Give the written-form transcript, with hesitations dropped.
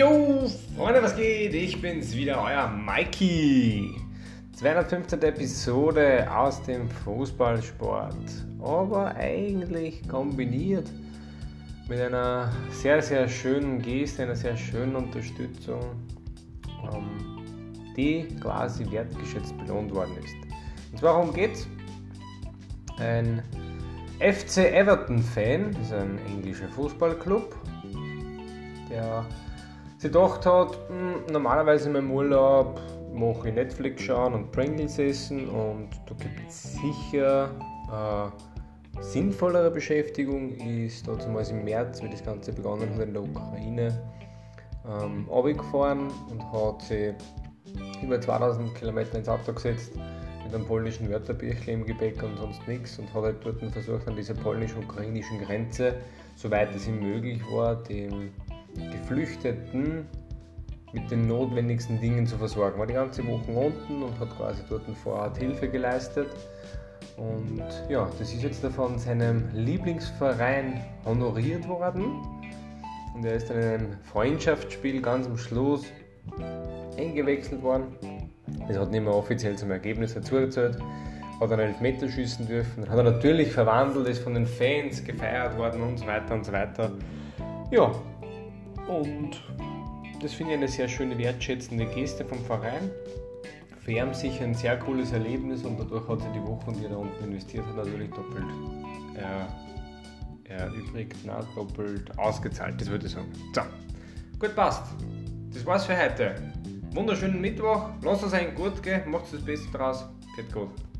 Jo, Freunde, was geht? Ich bin's wieder, euer Mikey. 215. Episode aus dem Fußballsport, aber eigentlich kombiniert mit einer sehr, sehr schönen Geste, einer sehr schönen Unterstützung, die quasi wertgeschätzt belohnt worden ist. Und zwar, worum geht's? Ein FC Everton-Fan, das ist ein englischer Fußballclub, der sich gedacht hat, normalerweise in meinem Urlaub mache ich Netflix schauen und Pringles essen und da gibt es sicher sinnvollere Beschäftigung, ist damals im März, wie das Ganze begonnen hat in der Ukraine, runtergefahren und hat sich über 2000 Kilometer ins Auto gesetzt mit einem polnischen Wörterbüchle im Gepäck und sonst nichts und hat halt dort versucht, an dieser polnisch-ukrainischen Grenze, soweit es ihm möglich war, den Geflüchteten mit den notwendigsten Dingen zu versorgen. War die ganze Woche unten und hat quasi dort vor Ort Hilfe geleistet. Und ja, das ist jetzt von seinem Lieblingsverein honoriert worden. Und er ist dann in einem Freundschaftsspiel ganz am Schluss eingewechselt worden. Das hat nicht mehr offiziell zum Ergebnis dazugezählt. Hat einen Elfmeter schießen dürfen. Hat er natürlich verwandelt, ist von den Fans gefeiert worden und so weiter und so weiter. Ja, und das finde ich eine sehr schöne, wertschätzende Geste vom Verein. Für ihn sicher ein sehr cooles Erlebnis und dadurch hat sich die Woche, die er da unten investiert hat, natürlich doppelt erübrigt, doppelt ausgezahlt, das würde ich sagen. So, gut, passt. Das war's für heute. Wunderschönen Mittwoch, lasst es euch gut gehen, macht das Beste draus. Geht gut.